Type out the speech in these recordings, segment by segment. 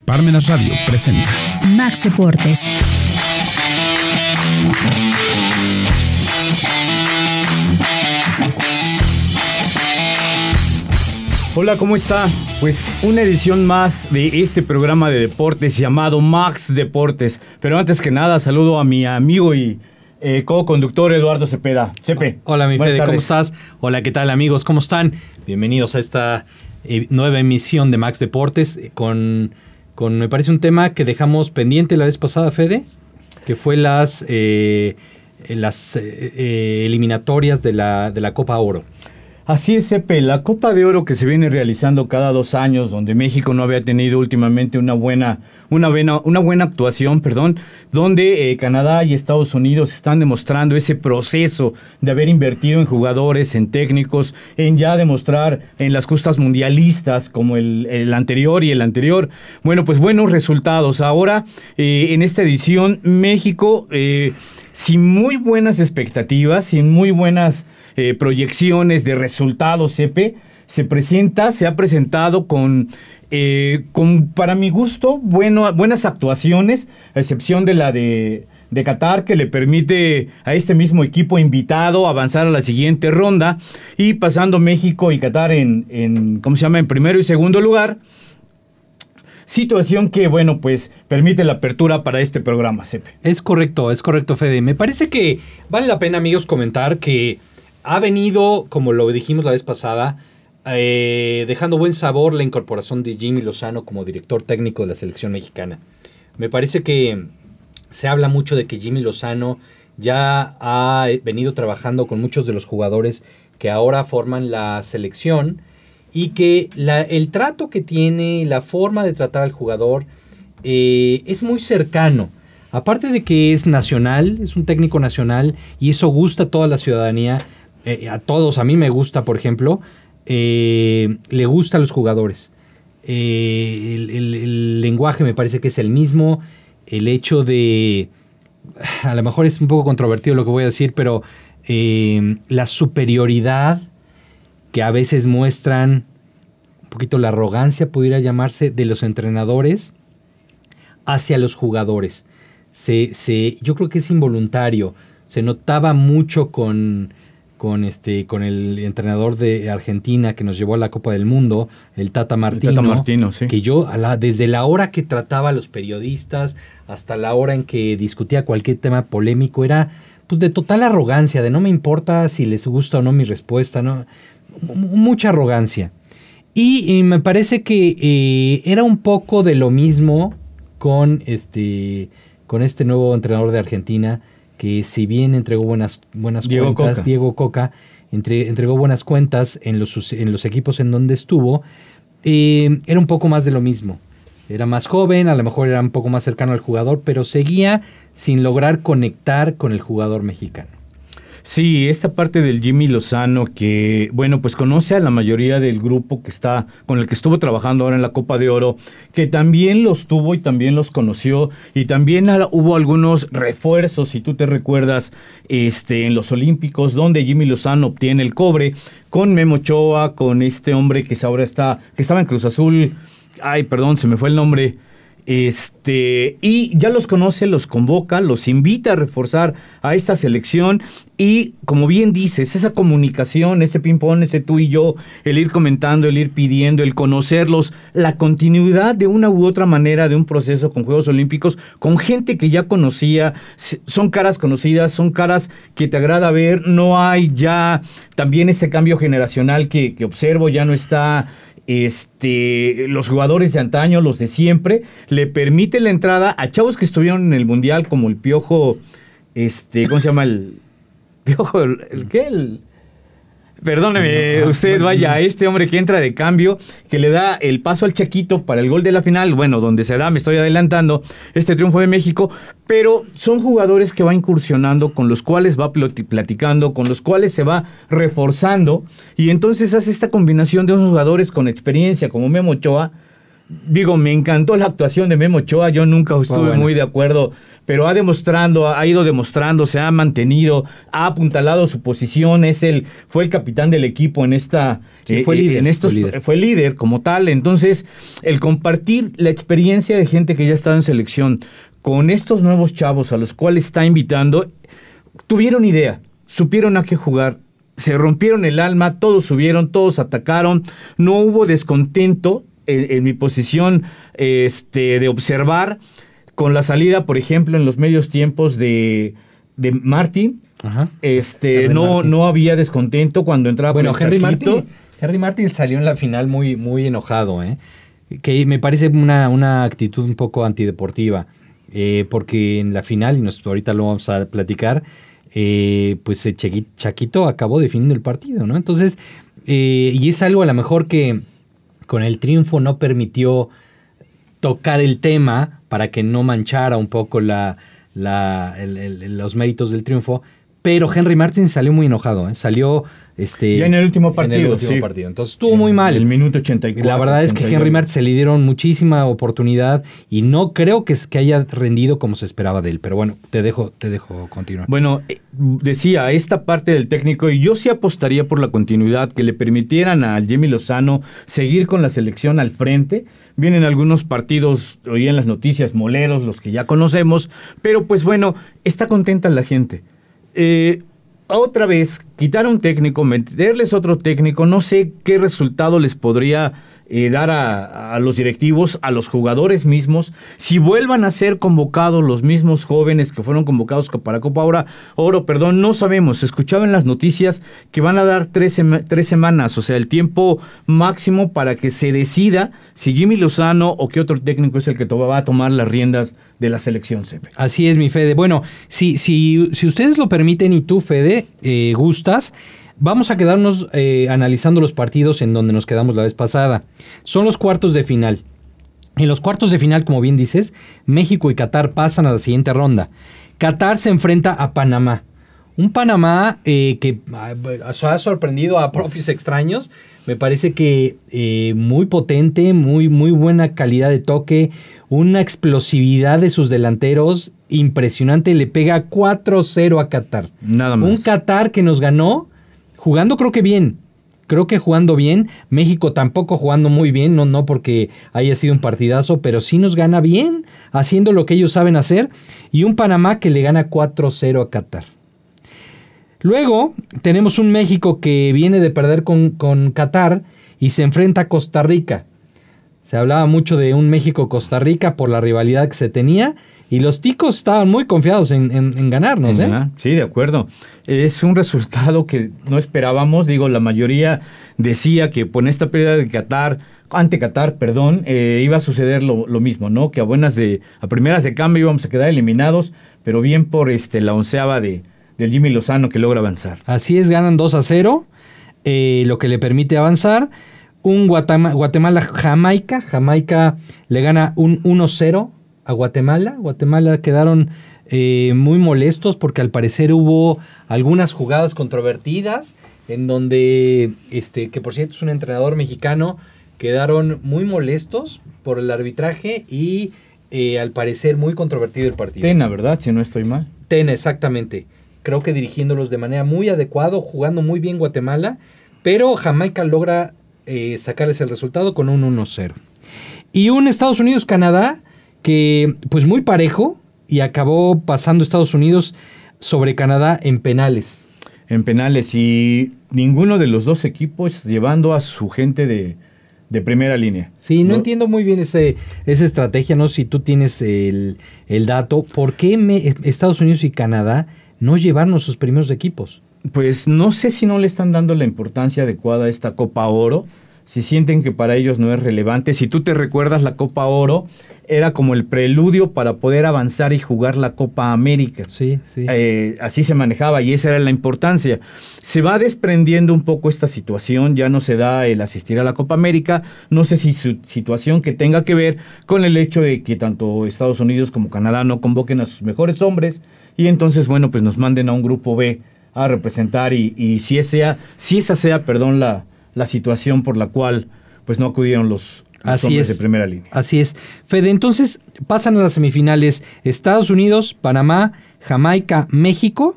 Parmenas Radio presenta Max Deportes. Hola, ¿cómo está? Pues una edición más de este programa de deportes llamado Max Deportes. Pero antes que nada, saludo a mi amigo y co-conductor Eduardo Cepeda. Cepe. Hola, mi Fede, ¿cómo estás? Hola, ¿qué tal, amigos? ¿Cómo están? Bienvenidos a esta nueva emisión de Max Deportes con me parece, un tema que dejamos pendiente la vez pasada, Fede, que fue las eliminatorias de la Copa Oro. Así es, Cepe, la Copa de Oro que se viene realizando cada 2 años, donde México no había tenido últimamente una buena actuación, donde Canadá y Estados Unidos están demostrando ese proceso de haber invertido en jugadores, en técnicos, en ya demostrar en las justas mundialistas como el anterior y el anterior. Bueno, pues buenos resultados. Ahora, en esta edición, México, sin muy buenas expectativas, sin muy buenas proyecciones de resultados, Cepe, se ha presentado con para mi gusto, buenas actuaciones, a excepción de la de Qatar, que le permite a este mismo equipo invitado avanzar a la siguiente ronda, y pasando México y Qatar en primero y segundo lugar. Situación que, bueno, pues permite la apertura para este programa, Cepe. Es correcto, Fede. Me parece que vale la pena, amigos, comentar que ha venido, como lo dijimos la vez pasada, dejando buen sabor la incorporación de Jimmy Lozano como director técnico de la selección mexicana. Me parece que se habla mucho de que Jimmy Lozano ya ha venido trabajando con muchos de los jugadores que ahora forman la selección, y que el trato que tiene, la forma de tratar al jugador es muy cercano. Aparte de que es nacional, es un técnico nacional, y eso gusta a toda la ciudadanía. A todos, a mí me gusta, por ejemplo, le gusta a los jugadores. El lenguaje me parece que es el mismo. El hecho de, a lo mejor es un poco controvertido lo que voy a decir, pero la superioridad que a veces muestran, un poquito la arrogancia pudiera llamarse, de los entrenadores hacia los jugadores. Yo creo que es involuntario. Se notaba mucho con el entrenador de Argentina que nos llevó a la Copa del Mundo, el Tata Martino, sí. Que yo, desde la hora que trataba a los periodistas hasta la hora en que discutía cualquier tema polémico, era pues de total arrogancia, de no me importa si les gusta o no mi respuesta, ¿no? Mucha arrogancia. Y me parece que era un poco de lo mismo con este nuevo entrenador de Argentina, que si bien entregó buenas cuentas, Diego Coca, entregó buenas cuentas en los equipos en donde estuvo, era un poco más de lo mismo. Era más joven, a lo mejor era un poco más cercano al jugador, pero seguía sin lograr conectar con el jugador mexicano. Sí, esta parte del Jimmy Lozano que, bueno, pues conoce a la mayoría del grupo con el que estuvo trabajando ahora en la Copa de Oro, que también los tuvo y también los conoció, y también hubo algunos refuerzos, si tú te recuerdas, en los Olímpicos, donde Jimmy Lozano obtiene el cobre con Memo Ochoa, con este hombre que estaba en Cruz Azul, se me fue el nombre. Y ya los conoce, los convoca, los invita a reforzar a esta selección, y como bien dices, esa comunicación, ese ping-pong, ese tú y yo, el ir comentando, el ir pidiendo, el conocerlos, la continuidad de una u otra manera de un proceso con Juegos Olímpicos, con gente que ya conocía, son caras conocidas, son caras que te agrada ver, no hay ya también ese cambio generacional que observo, ya no está. Los jugadores de antaño, los de siempre, le permite la entrada a chavos que estuvieron en el Mundial, como el Piojo, ¿cómo se llama el Piojo? Perdóneme, usted vaya, este hombre que entra de cambio, que le da el paso al Chaquito para el gol de la final, bueno, donde se da, me estoy adelantando, este triunfo de México, pero son jugadores que va incursionando, con los cuales va platicando, con los cuales se va reforzando, y entonces hace esta combinación de unos jugadores con experiencia, como Memo Ochoa, digo, me encantó la actuación de Memo Ochoa, yo nunca estuve muy de acuerdo, pero ha ido demostrando, se ha mantenido, ha apuntalado su posición, fue el capitán del equipo en esta... Sí, fue líder. Fue líder como tal, entonces el compartir la experiencia de gente que ya estaba en selección con estos nuevos chavos a los cuales está invitando, tuvieron idea, supieron a qué jugar, se rompieron el alma, todos subieron, todos atacaron, no hubo descontento en mi posición de observar con la salida, por ejemplo, en los medios tiempos de Martín. Ajá. No había descontento cuando entraba. Bueno, Henry Martin salió en la final muy, muy enojado, que me parece una actitud un poco antideportiva, porque en la final, y ahorita lo vamos a platicar, pues Chaquito acabó definiendo el partido, ¿no? Entonces, y es algo a lo mejor que con el triunfo no permitió tocar el tema para que no manchara un poco los méritos del triunfo. Pero Henry Martin salió muy enojado, salió... ya en el último partido. Partido. Entonces estuvo muy mal. El minuto 84. La verdad es que Henry Martin se le dieron muchísima oportunidad y no creo que haya rendido como se esperaba de él. Pero bueno, te dejo continuar. Bueno, decía, esta parte del técnico, y yo sí apostaría por la continuidad, que le permitieran al Jimmy Lozano seguir con la selección al frente. Vienen algunos partidos, oí en las noticias, moleros, los que ya conocemos, pero pues bueno, está contenta la gente. Otra vez, quitar a un técnico, meterles otro técnico, no sé qué resultado les podría dar a los directivos, a los jugadores mismos, si vuelvan a ser convocados los mismos jóvenes que fueron convocados para Copa Oro, no sabemos. Escuchaba en las noticias que van a dar 3 semanas, o sea, el tiempo máximo para que se decida si Jimmy Lozano o qué otro técnico es el que va a tomar las riendas de la selección, Sepe. Así es, mi Fede. Bueno, si ustedes lo permiten y tú, Fede, gustas, vamos a quedarnos analizando los partidos en donde nos quedamos la vez pasada. Son los cuartos de final. En los cuartos de final, como bien dices, México y Qatar pasan a la siguiente ronda. Qatar se enfrenta a Panamá. Un Panamá que ha sorprendido a propios extraños. Me parece que muy potente, muy, muy buena calidad de toque, una explosividad de sus delanteros impresionante. Le pega 4-0 a Qatar. Nada más. Un Qatar que nos ganó jugando jugando bien. México tampoco jugando muy bien, no porque haya sido un partidazo, pero sí nos gana bien, haciendo lo que ellos saben hacer. Y un Panamá que le gana 4-0 a Qatar. Luego tenemos un México que viene de perder con Qatar y se enfrenta a Costa Rica. Se hablaba mucho de un México-Costa Rica por la rivalidad que se tenía. Y los ticos estaban muy confiados en ganarnos, Sí, de acuerdo. Es un resultado que no esperábamos. Digo, la mayoría decía que con esta pérdida de ante Qatar, iba a suceder lo mismo, ¿no? Que a primeras de cambio íbamos a quedar eliminados, pero bien por la onceava del Jimmy Lozano que logra avanzar. Así es, ganan 2-0, lo que le permite avanzar. Un Guatemala-Jamaica. Jamaica le gana un 1-0 a Guatemala. Guatemala quedaron muy molestos porque al parecer hubo algunas jugadas controvertidas en donde, que por cierto es un entrenador mexicano, quedaron muy molestos por el arbitraje y al parecer muy controvertido el partido. Tena, ¿verdad? Si no estoy mal. Tena, exactamente. Creo que dirigiéndolos de manera muy adecuada, jugando muy bien Guatemala, pero Jamaica logra sacarles el resultado con un 1-0. Y un Estados Unidos-Canadá que pues muy parejo y acabó pasando Estados Unidos sobre Canadá en penales. En penales y ninguno de los dos equipos llevando a su gente de primera línea. Sí, no entiendo muy bien esa estrategia, no sé si tú tienes el dato. ¿Por qué Estados Unidos y Canadá no llevaron sus primeros equipos? Pues no sé si no le están dando la importancia adecuada a esta Copa Oro, si sienten que para ellos no es relevante. Si tú te recuerdas, la Copa Oro era como el preludio para poder avanzar y jugar la Copa América. Sí, sí. Así se manejaba y esa era la importancia. Se va desprendiendo un poco esta situación, ya no se da el asistir a la Copa América. No sé si su situación que tenga que ver con el hecho de que tanto Estados Unidos como Canadá no convoquen a sus mejores hombres y entonces, bueno, pues nos manden a un grupo B a representar y si esa sea la situación por la cual pues no acudieron los los hombres de primera línea. Así es. Fede, entonces pasan a las semifinales Estados Unidos, Panamá, Jamaica, México.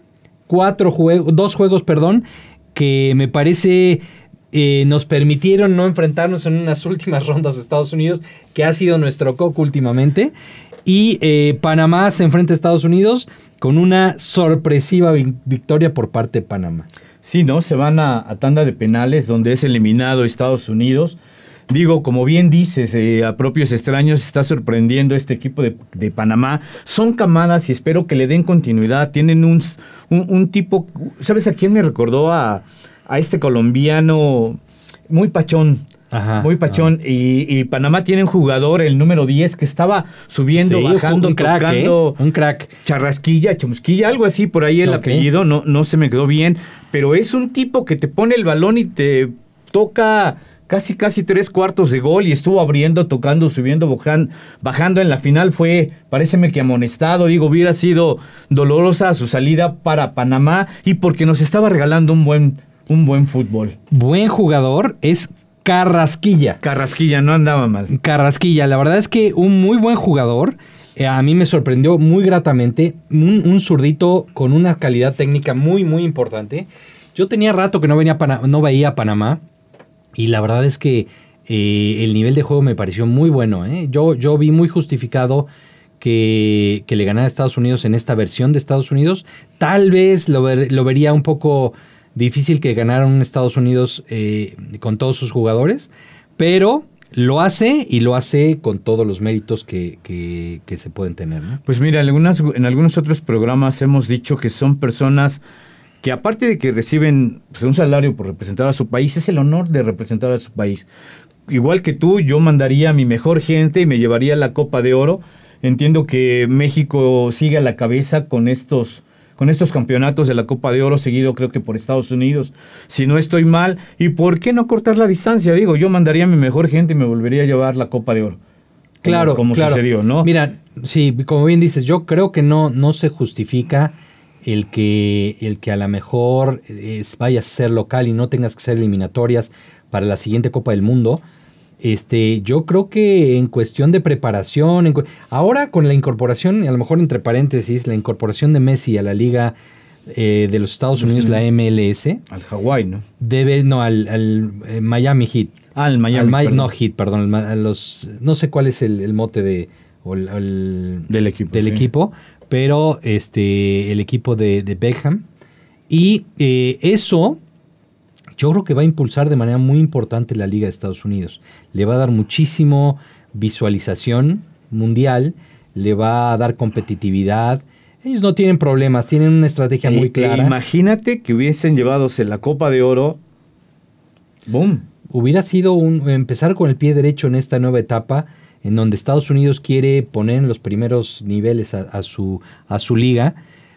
2 juegos, que me parece nos permitieron no enfrentarnos en unas últimas rondas de Estados Unidos, que ha sido nuestro coco últimamente. Y Panamá se enfrenta a Estados Unidos con una sorpresiva victoria por parte de Panamá. Sí, ¿no? Se van a tanda de penales donde es eliminado Estados Unidos. Digo, como bien dices, a propios extraños está sorprendiendo este equipo de Panamá. Son camadas y espero que le den continuidad. Tienen un tipo, ¿sabes a quién me recordó? A este colombiano muy pachón. Ajá, muy pachón. Y Panamá tiene un jugador, el número 10, que estaba subiendo, sí, bajando, un crack, tocando. Un crack. Charrasquilla, Chamusquilla, algo así por ahí el apellido. No se me quedó bien. Pero es un tipo que te pone el balón y te toca casi 3/4 de gol y estuvo abriendo, tocando, subiendo, bajando. En la final paréceme que amonestado. Digo, hubiera sido dolorosa su salida para Panamá y porque nos estaba regalando un buen fútbol. Buen jugador es Carrasquilla. Carrasquilla, no andaba mal. Carrasquilla, la verdad es que un muy buen jugador. A mí me sorprendió muy gratamente. Un zurdito con una calidad técnica muy, muy importante. Yo tenía rato que no veía a Panamá. Y la verdad es que el nivel de juego me pareció muy bueno. Yo vi muy justificado que le ganara a Estados Unidos en esta versión de Estados Unidos. Tal vez lo vería un poco difícil que ganara un Estados Unidos con todos sus jugadores, pero lo hace y lo hace con todos los méritos que se pueden tener, ¿no? Pues mira, en algunos otros programas hemos dicho que son personas que aparte de que reciben pues, un salario por representar a su país, es el honor de representar a su país. Igual que tú, yo mandaría a mi mejor gente y me llevaría la Copa de Oro. Entiendo que México sigue a la cabeza con estos campeonatos de la Copa de Oro, seguido creo que por Estados Unidos, si no estoy mal. ¿Y por qué no cortar la distancia? Digo, yo mandaría a mi mejor gente y me volvería a llevar la Copa de Oro. Claro, como sucedió, ¿no? Mira, sí, como bien dices, yo creo que no se justifica el que a lo mejor vayas a ser local y no tengas que ser eliminatorias para la siguiente Copa del Mundo. Yo creo que en cuestión de preparación, ahora con la incorporación, a lo mejor entre paréntesis, la incorporación de Messi a la Liga de los Estados Unidos, la MLS. Al Hawái, ¿no? Al Miami Heat. El Miami. No Heat, perdón. No sé cuál es el mote del equipo. Pero el equipo de Beckham. Y eso yo creo que va a impulsar de manera muy importante la Liga de Estados Unidos. Le va a dar muchísimo visualización mundial, le va a dar competitividad. Ellos no tienen problemas, tienen una estrategia muy clara. Imagínate que hubiesen llevadose la Copa de Oro. ¡Boom! Hubiera sido empezar con el pie derecho en esta nueva etapa, en donde Estados Unidos quiere poner en los primeros niveles a su liga.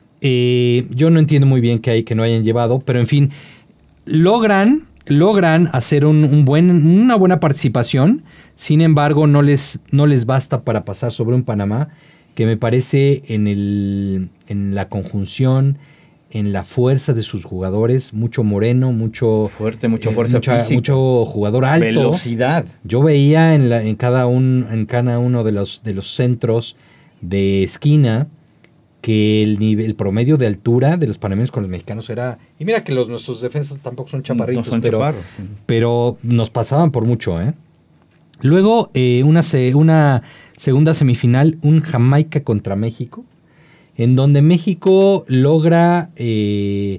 Yo no entiendo muy bien que no hayan llevado, pero en fin, logran hacer una buena participación. Sin embargo, no les basta para pasar sobre un Panamá que me parece en la conjunción, en la fuerza de sus jugadores, mucho moreno, mucha fuerza física, mucho jugador alto, velocidad. Yo veía en cada uno de los centros de esquina que el promedio de altura de los panameños con los mexicanos era, y mira que nuestros defensas tampoco son chaparritos, pero nos pasaban por mucho, ¿eh? Luego una segunda semifinal, un Jamaica contra México, en donde México logra un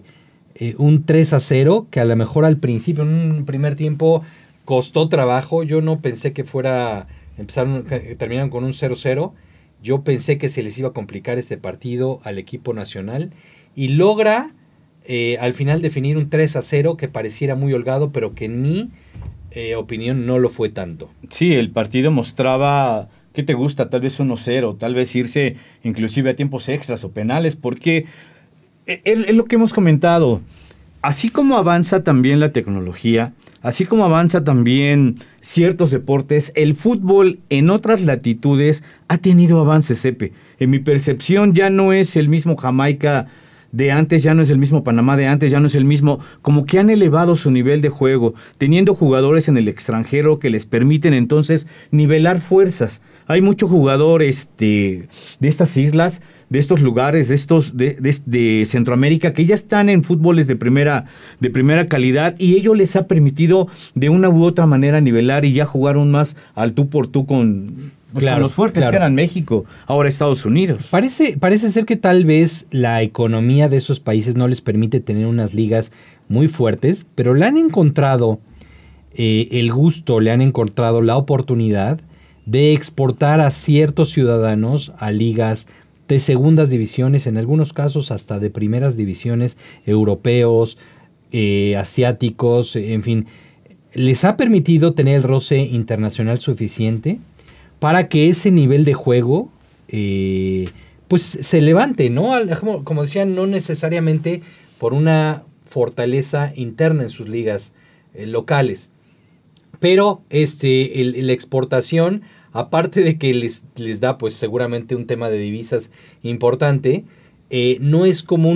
3-0, que a lo mejor al principio, en un primer tiempo, costó trabajo. Yo no pensé que terminaron con un 0-0. Yo pensé que se les iba a complicar este partido al equipo nacional. Y logra al final definir un 3-0 que pareciera muy holgado, pero que en mi opinión no lo fue tanto. Sí, el partido mostraba... ¿Qué te gusta? Tal vez 1-0, tal vez irse inclusive a tiempos extras o penales, porque es lo que hemos comentado. Así como avanza también la tecnología, así como avanza también ciertos deportes, el fútbol en otras latitudes ha tenido avances, Epe. En mi percepción ya no es el mismo Jamaica de antes ya no es el mismo Panamá de antes, ya no es el mismo, como que han elevado su nivel de juego, teniendo jugadores en el extranjero que les permiten entonces nivelar fuerzas. Hay mucho jugador de estas islas, de estos lugares, de Centroamérica, que ya están en fútboles de primera calidad, y ello les ha permitido de una u otra manera nivelar y ya jugaron más al tú por tú con los fuertes que eran México, ahora Estados Unidos. Parece ser que tal vez la economía de esos países no les permite tener unas ligas muy fuertes, pero le han encontrado el gusto, le han encontrado la oportunidad de exportar a ciertos ciudadanos a ligas de segundas divisiones, en algunos casos hasta de primeras divisiones, europeos, asiáticos, en fin. Les ha permitido tener el roce internacional suficiente para que ese nivel de juego pues se levante, ¿no? Como decía, no necesariamente por una fortaleza interna en sus ligas locales. Pero la exportación, aparte de que les da pues seguramente un tema de divisas importante, no es como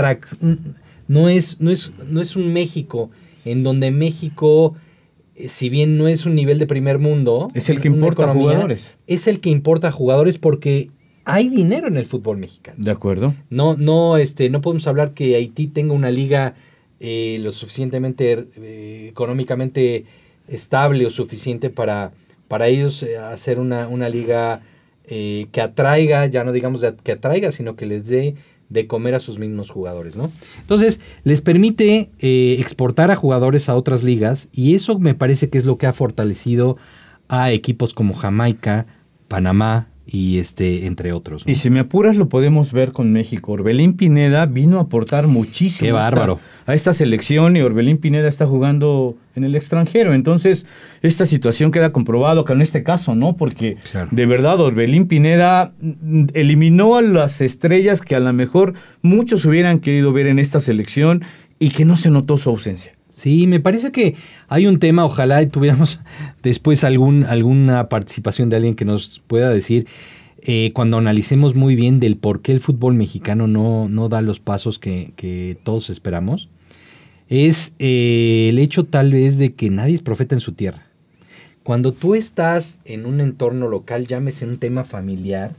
no es un México en donde México, si bien no es un nivel de primer mundo, es el que importa jugadores. Es el que importa jugadores porque hay dinero en el fútbol mexicano. De acuerdo. No podemos hablar que Haití tenga una liga lo suficientemente económicamente estable o suficiente para ellos hacer una liga que atraiga, ya no digamos que atraiga, sino que les dé de comer a sus mismos jugadores, ¿no? Entonces, les permite exportar a jugadores a otras ligas, y eso me parece que es lo que ha fortalecido a equipos como Jamaica, Panamá y entre otros, ¿no? Y si me apuras, lo podemos ver con México. Orbelín Pineda vino a aportar muchísimo. ¡Qué bárbaro! A esta selección, y Orbelín Pineda está jugando en el extranjero. Entonces, esta situación queda comprobado que en este caso, ¿no? Porque de verdad, Orbelín Pineda eliminó a las estrellas que a lo mejor muchos hubieran querido ver en esta selección y que no se notó su ausencia. Sí, me parece que hay un tema, ojalá tuviéramos después alguna participación de alguien que nos pueda decir, cuando analicemos muy bien del por qué el fútbol mexicano no da los pasos que todos esperamos, es el hecho tal vez de que nadie es profeta en su tierra. Cuando tú estás en un entorno local, llámese un tema familiar,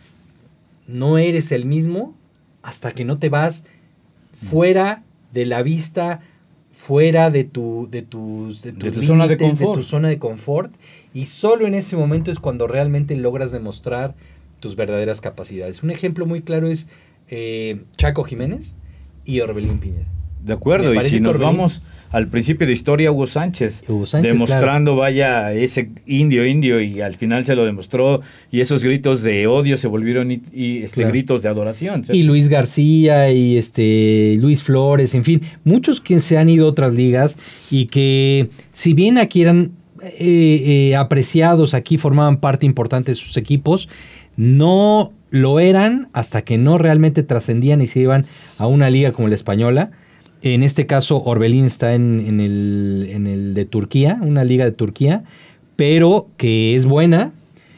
no eres el mismo hasta que no te vas fuera de la vista, fuera de tu zona de confort. De tu zona de confort, y solo en ese momento es cuando realmente logras demostrar tus verdaderas capacidades. Un ejemplo muy claro es Chaco Jiménez y Orbelín Pineda. De acuerdo, y si nos vamos al principio de historia, Hugo Sánchez demostrando, claro, vaya, ese indio, y al final se lo demostró, y esos gritos de odio se volvieron claro, gritos de adoración. ¿Cierto? Y Luis García, y Luis Flores, en fin, muchos que se han ido a otras ligas, y que si bien aquí eran apreciados, aquí formaban parte importante de sus equipos, no lo eran hasta que no realmente trascendían y se iban a una liga como la española. En este caso, Orbelín está en el de Turquía, una liga de Turquía, pero que es buena.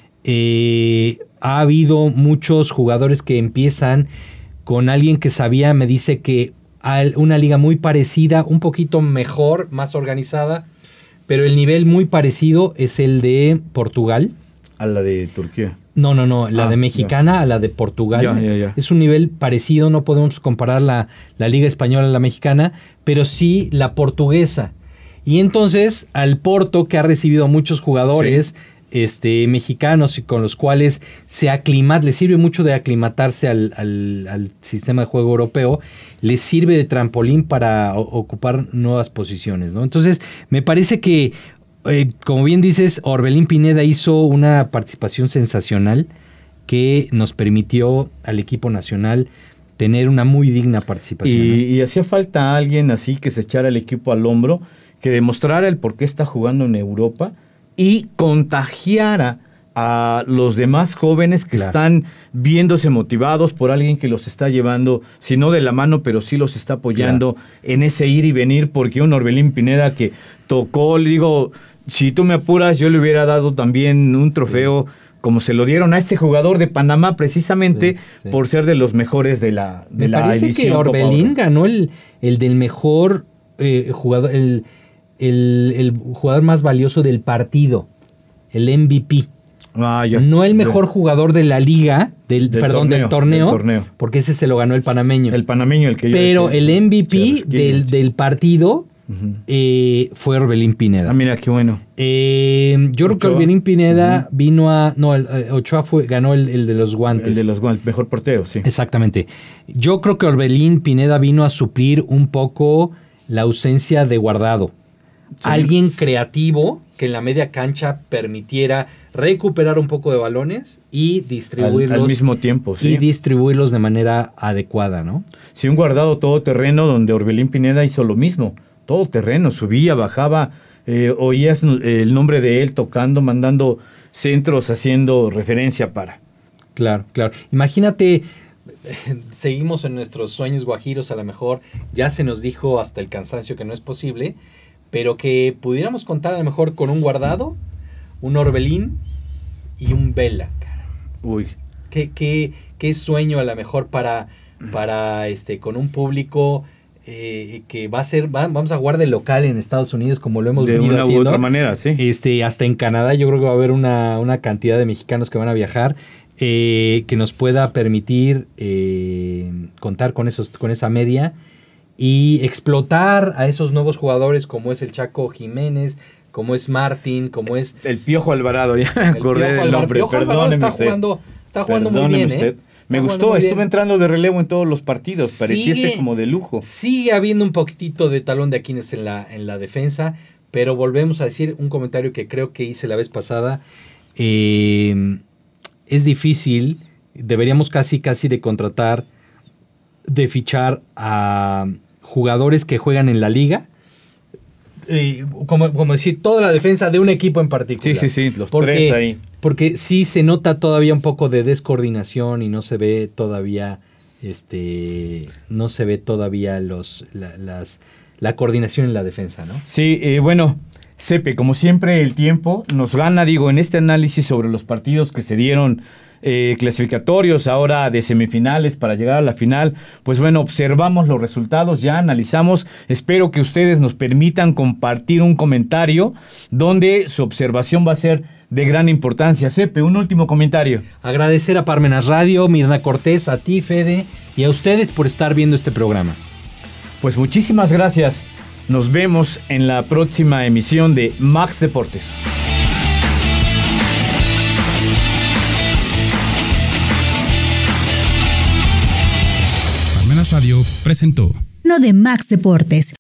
Ha habido muchos jugadores que empiezan con alguien que sabía, me dice que una liga muy parecida, un poquito mejor, más organizada, pero el nivel muy parecido es el de Portugal. A la de Turquía. No, la de mexicana ya, a la de Portugal. Ya. Es un nivel parecido, no podemos comparar la liga española a la mexicana, pero sí la portuguesa. Y entonces al Porto, que ha recibido a muchos jugadores mexicanos y con los cuales le sirve mucho de aclimatarse al sistema de juego europeo, les sirve de trampolín para ocupar nuevas posiciones, ¿no? Entonces me parece que como bien dices, Orbelín Pineda hizo una participación sensacional que nos permitió al equipo nacional tener una muy digna participación. Y hacía falta alguien así que se echara el equipo al hombro, que demostrara el por qué está jugando en Europa y contagiara a los demás jóvenes que están viéndose motivados por alguien que los está llevando, si no de la mano, pero sí los está apoyando en ese ir y venir, porque un Orbelín Pineda que tocó, le digo, si tú me apuras, yo le hubiera dado también un trofeo como se lo dieron a este jugador de Panamá precisamente por ser de los mejores de la edición. Me parece que Orbelín ganó el del mejor jugador, el jugador más valioso del partido, el MVP. No el mejor jugador de la liga, del torneo, porque ese se lo ganó el panameño. El panameño, el que yo Pero decía, el MVP del partido fue Orbelín Pineda. Mira, qué bueno. Yo creo que Orbelín Pineda vino a... No, Ochoa ganó el de los guantes. El de los guantes, mejor portero, sí. Exactamente. Yo creo que Orbelín Pineda vino a suplir un poco la ausencia de Guardado. Sí. Alguien creativo que en la media cancha permitiera recuperar un poco de balones y distribuirlos al mismo tiempo, sí. Y distribuirlos de manera adecuada, ¿no? Sí, un Guardado todoterreno donde Orbelín Pineda hizo lo mismo, todoterreno, subía, bajaba, oías el nombre de él tocando, mandando centros, haciendo referencia para. Claro. Imagínate, seguimos en nuestros sueños guajiros, a lo mejor ya se nos dijo hasta el cansancio que no es posible, pero que pudiéramos contar a lo mejor con un Guardado, un Orbelín y un Vela, cara. Uy. Qué sueño a lo mejor para con un público que vamos a jugar de local en Estados Unidos como lo hemos venido haciendo. De una u otra manera, sí. Hasta en Canadá yo creo que va a haber una cantidad de mexicanos que van a viajar que nos pueda permitir contar con esa media y explotar a esos nuevos jugadores como es el Chaco Jiménez, como es Martín, como es... El Piojo Alvarado, ya me acordé del nombre, perdóneme usted. Está jugando muy bien, usted. Me gustó, estuve entrando de relevo en todos los partidos, pareciese como de lujo. Sigue habiendo un poquitito de talón de Aquiles en la defensa, pero volvemos a decir un comentario que creo que hice la vez pasada. Es difícil, deberíamos casi de contratar, de fichar a jugadores que juegan en la liga, como decir, toda la defensa de un equipo en particular. Sí, los tres ahí. Porque sí se nota todavía un poco de descoordinación y no se ve todavía la coordinación en la defensa, ¿no? Sí, bueno, Cepe, como siempre el tiempo nos gana, en este análisis sobre los partidos que se dieron clasificatorios ahora de semifinales para llegar a la final, pues bueno, observamos los resultados, ya analizamos, espero que ustedes nos permitan compartir un comentario donde su observación va a ser de gran importancia. Cepe, un último comentario. Agradecer a Parmenas Radio, Mirna Cortés, a ti, Fede, y a ustedes por estar viendo este programa. Pues muchísimas gracias, nos vemos en la próxima emisión de Max Deportes. Radio presentó No de Max Deportes.